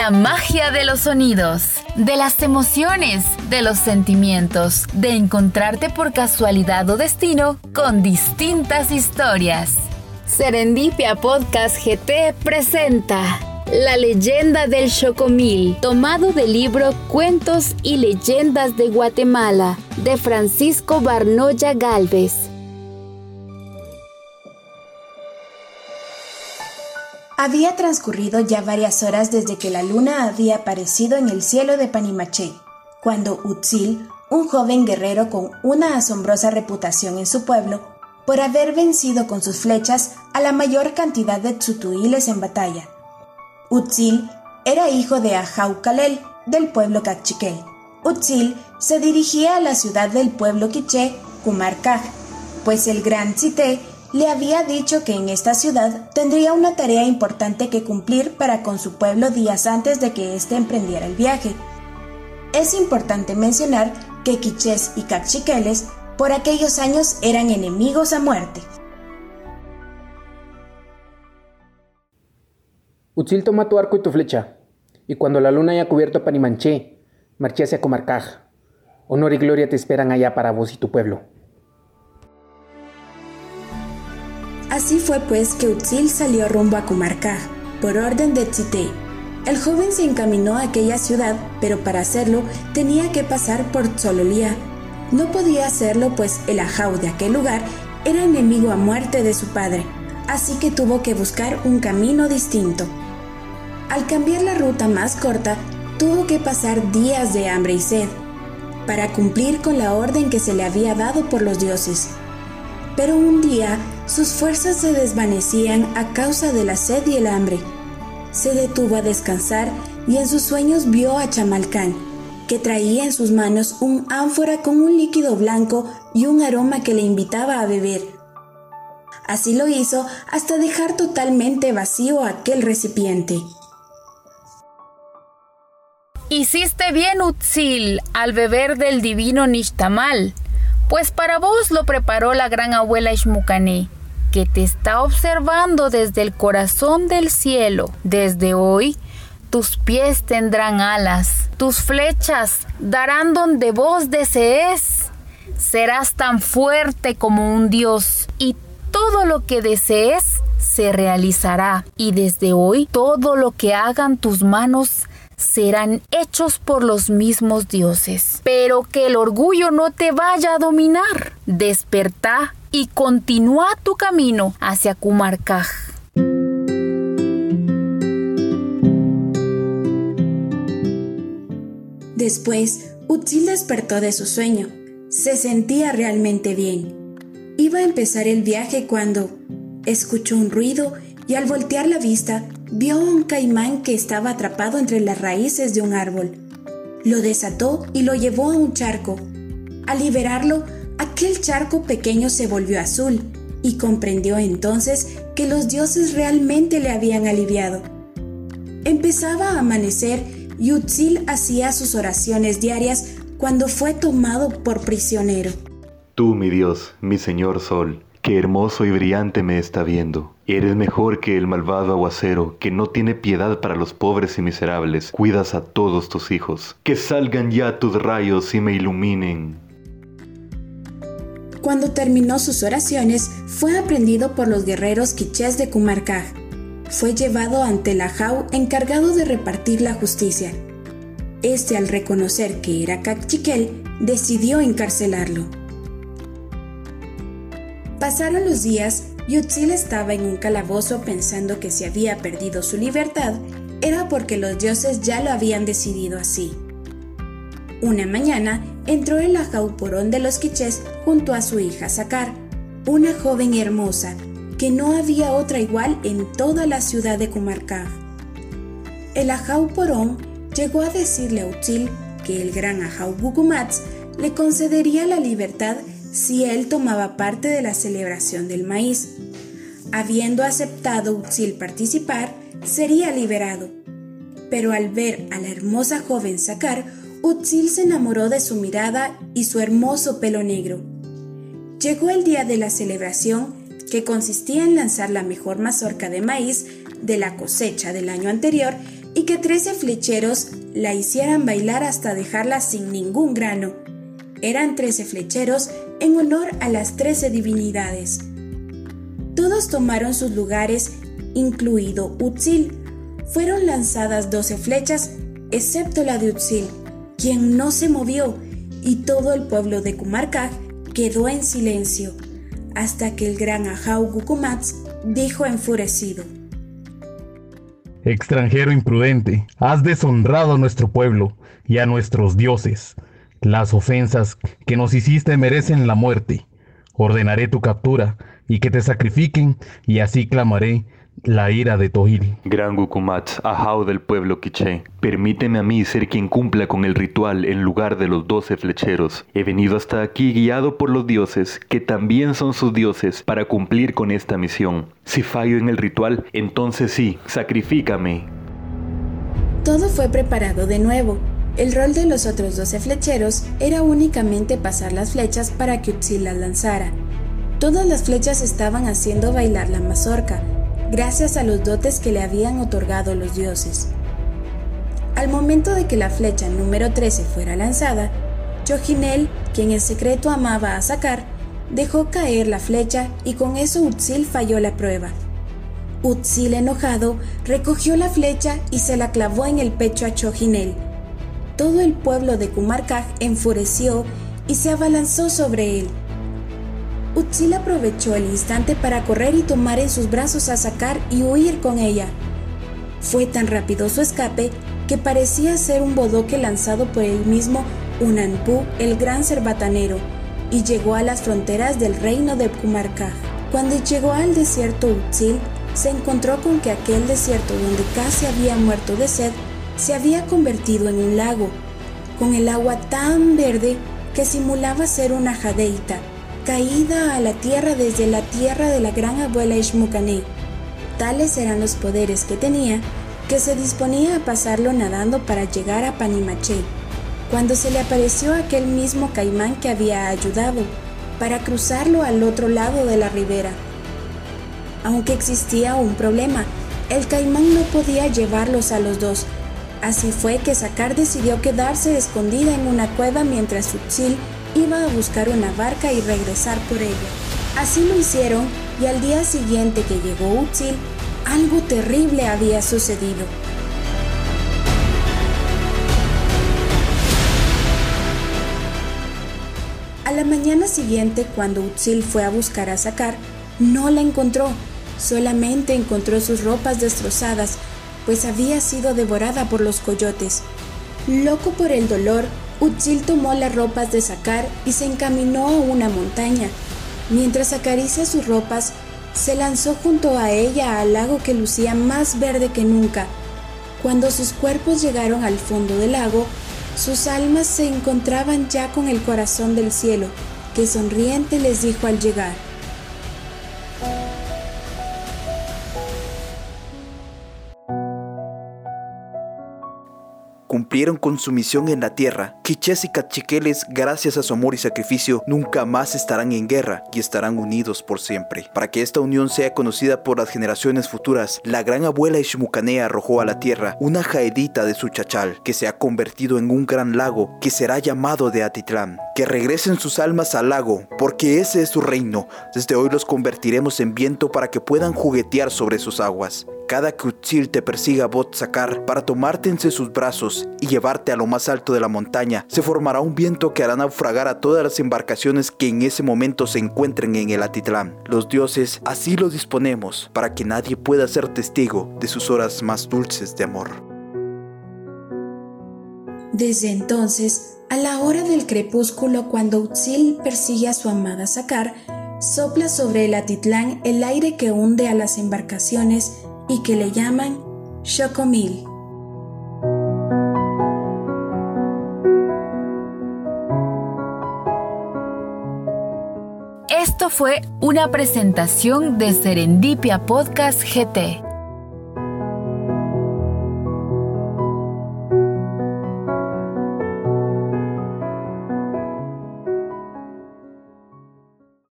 La magia de los sonidos, de las emociones, de los sentimientos, de encontrarte por casualidad o destino con distintas historias. Serendipia Podcast GT presenta La leyenda del Chocomil, tomado del libro Cuentos y Leyendas de Guatemala, de Francisco Barnoya Gálvez. Había transcurrido ya varias horas desde que la luna había aparecido en el cielo de Panimaché, cuando Utzil, un joven guerrero con una asombrosa reputación en su pueblo, por haber vencido con sus flechas a la mayor cantidad de tzutuiles en batalla. Utzil era hijo de Ajau Calel, del pueblo Cachiquel. Utzil se dirigía a la ciudad del pueblo quiché, Cumarcaj, pues el gran Tzité le había dicho que en esta ciudad tendría una tarea importante que cumplir para con su pueblo días antes de que éste emprendiera el viaje. Es importante mencionar que quichés y cachiqueles por aquellos años eran enemigos a muerte. Utzil, toma tu arco y tu flecha, y cuando la luna haya cubierto Panimanché, marché hacia Comarcaj. Honor y gloria te esperan allá para vos y tu pueblo. Así fue pues que Utzil salió rumbo a Cumarcaj, por orden de Tzité. El joven se encaminó a aquella ciudad, pero para hacerlo tenía que pasar por Tzololía. No podía hacerlo pues el Ajau de aquel lugar era enemigo a muerte de su padre, así que tuvo que buscar un camino distinto. Al cambiar la ruta más corta, tuvo que pasar días de hambre y sed, para cumplir con la orden que se le había dado por los dioses. Pero un día, sus fuerzas se desvanecían a causa de la sed y el hambre. Se detuvo a descansar y en sus sueños vio a Chamalcán, que traía en sus manos un ánfora con un líquido blanco y un aroma que le invitaba a beber. Así lo hizo hasta dejar totalmente vacío aquel recipiente. Hiciste bien, Utzil, al beber del divino Nixtamal, pues para vos lo preparó la gran abuela Xmucané, que te está observando desde el corazón del cielo. Desde hoy, tus pies tendrán alas, tus flechas darán donde vos desees. Serás tan fuerte como un dios y todo lo que desees se realizará. Y desde hoy, todo lo que hagan tus manos serán hechos por los mismos dioses. Pero que el orgullo no te vaya a dominar. Despertá y continúa tu camino hacia Cumarcaj. Después, Utzil despertó de su sueño. Se sentía realmente bien. Iba a empezar el viaje cuando escuchó un ruido y al voltear la vista, vio a un caimán que estaba atrapado entre las raíces de un árbol. Lo desató y lo llevó a un charco. Al liberarlo, aquel charco pequeño se volvió azul y comprendió entonces que los dioses realmente le habían aliviado. Empezaba a amanecer y Utzil hacía sus oraciones diarias cuando fue tomado por prisionero. Tú, mi Dios, mi Señor Sol, qué hermoso y brillante me está viendo. Eres mejor que el malvado aguacero, que no tiene piedad para los pobres y miserables. Cuidas a todos tus hijos. Que salgan ya tus rayos y me iluminen. Cuando terminó sus oraciones, fue aprendido por los guerreros quichés de Cumarcaj. Fue llevado ante el Ajau encargado de repartir la justicia. Este, al reconocer que era Cachiquel, decidió encarcelarlo. Pasaron los días y Utzil estaba en un calabozo pensando que si había perdido su libertad era porque los dioses ya lo habían decidido así. Una mañana entró el Ajau Porón de los quichés junto a su hija Sacar, una joven hermosa que no había otra igual en toda la ciudad de Cumarcaj. El Ajau Porón llegó a decirle a Utzil que el gran Ajau Gucumatz le concedería la libertad si él tomaba parte de la celebración del maíz. Habiendo aceptado Utzil participar, sería liberado. Pero al ver a la hermosa joven Sacar, Utzil se enamoró de su mirada y su hermoso pelo negro. Llegó el día de la celebración, que consistía en lanzar la mejor mazorca de maíz de la cosecha del año anterior y y que 13 flecheros la hicieran bailar hasta dejarla sin ningún grano. Eran 13 flecheros en honor a las 13 divinidades. Todos tomaron sus lugares, incluido Utzil. Fueron lanzadas 12 flechas, excepto la de Utzil, quien no se movió, y todo el pueblo de Kumarkaj quedó en silencio, hasta que el gran Ahau Gukumats dijo enfurecido: Extranjero imprudente, has deshonrado a nuestro pueblo y a nuestros dioses. Las ofensas que nos hiciste merecen la muerte. Ordenaré tu captura y que te sacrifiquen, y así clamaré la ira de Tohil. Gran Gukumats, Ahau del pueblo quiché, permíteme a mí ser quien cumpla con el ritual en lugar de los 12 flecheros. He venido hasta aquí guiado por los dioses, que también son sus dioses, para cumplir con esta misión. Si fallo en el ritual, entonces sí, sacrifícame. Todo fue preparado de nuevo. El rol de los otros 12 flecheros era únicamente pasar las flechas para que Utzil las lanzara. Todas las flechas estaban haciendo bailar la mazorca, gracias a los dotes que le habían otorgado los dioses. Al momento de que la flecha número 13 fuera lanzada, Choginel, quien en secreto amaba a Sakar, dejó caer la flecha y con eso Utzil falló la prueba. Utzil, enojado, recogió la flecha y se la clavó en el pecho a Choginel. Todo el pueblo de Kumarkaj enfureció y se abalanzó sobre él. Utzil aprovechó el instante para correr y tomar en sus brazos a Sakar y huir con ella. Fue tan rápido su escape que parecía ser un bodoque lanzado por el mismo Unanpu, el gran cerbatanero, y llegó a las fronteras del reino de Kumarkaj. Cuando llegó al desierto Utzil, se encontró con que aquel desierto donde casi había muerto de sed se había convertido en un lago, con el agua tan verde que simulaba ser una jadeita, caída a la tierra desde la tierra de la gran abuela Ishmucané. Tales eran los poderes que tenía, que se disponía a pasarlo nadando para llegar a Panimaché, cuando se le apareció aquel mismo caimán que había ayudado, para cruzarlo al otro lado de la ribera. Aunque existía un problema, el caimán no podía llevarlos a los dos. Así fue que Sakar decidió quedarse escondida en una cueva mientras Utzil iba a buscar una barca y regresar por ella. Así lo hicieron, y al día siguiente que llegó Utzil, algo terrible había sucedido. A la mañana siguiente, cuando Utzil fue a buscar a Sakar, no la encontró, solamente encontró sus ropas destrozadas, pues había sido devorada por los coyotes. Loco por el dolor, Utzil tomó las ropas de Sakar y se encaminó a una montaña. Mientras acaricia sus ropas, se lanzó junto a ella al lago que lucía más verde que nunca. Cuando sus cuerpos llegaron al fondo del lago, sus almas se encontraban ya con el corazón del cielo, que sonriente les dijo al llegar: cumplieron con su misión en la tierra. Quichés y cachiqueles, gracias a su amor y sacrificio, nunca más estarán en guerra y estarán unidos por siempre. Para que esta unión sea conocida por las generaciones futuras, la gran abuela Ishmucané arrojó a la tierra una jaedita de su chachal, que se ha convertido en un gran lago que será llamado de Atitlán. Que regresen sus almas al lago, porque ese es su reino. Desde hoy los convertiremos en viento para que puedan juguetear sobre sus aguas. Cada que Utzil te persiga Bot Sakar para tomarte entre sus brazos y llevarte a lo más alto de la montaña, se formará un viento que hará naufragar a todas las embarcaciones que en ese momento se encuentren en el Atitlán. Los dioses así lo disponemos, para que nadie pueda ser testigo de sus horas más dulces de amor. Desde entonces, a la hora del crepúsculo, cuando Utzil persigue a su amada Sakar, sopla sobre el Atitlán el aire que hunde a las embarcaciones y que le llaman Xocomil. Esto fue una presentación de Serendipia Podcast GT.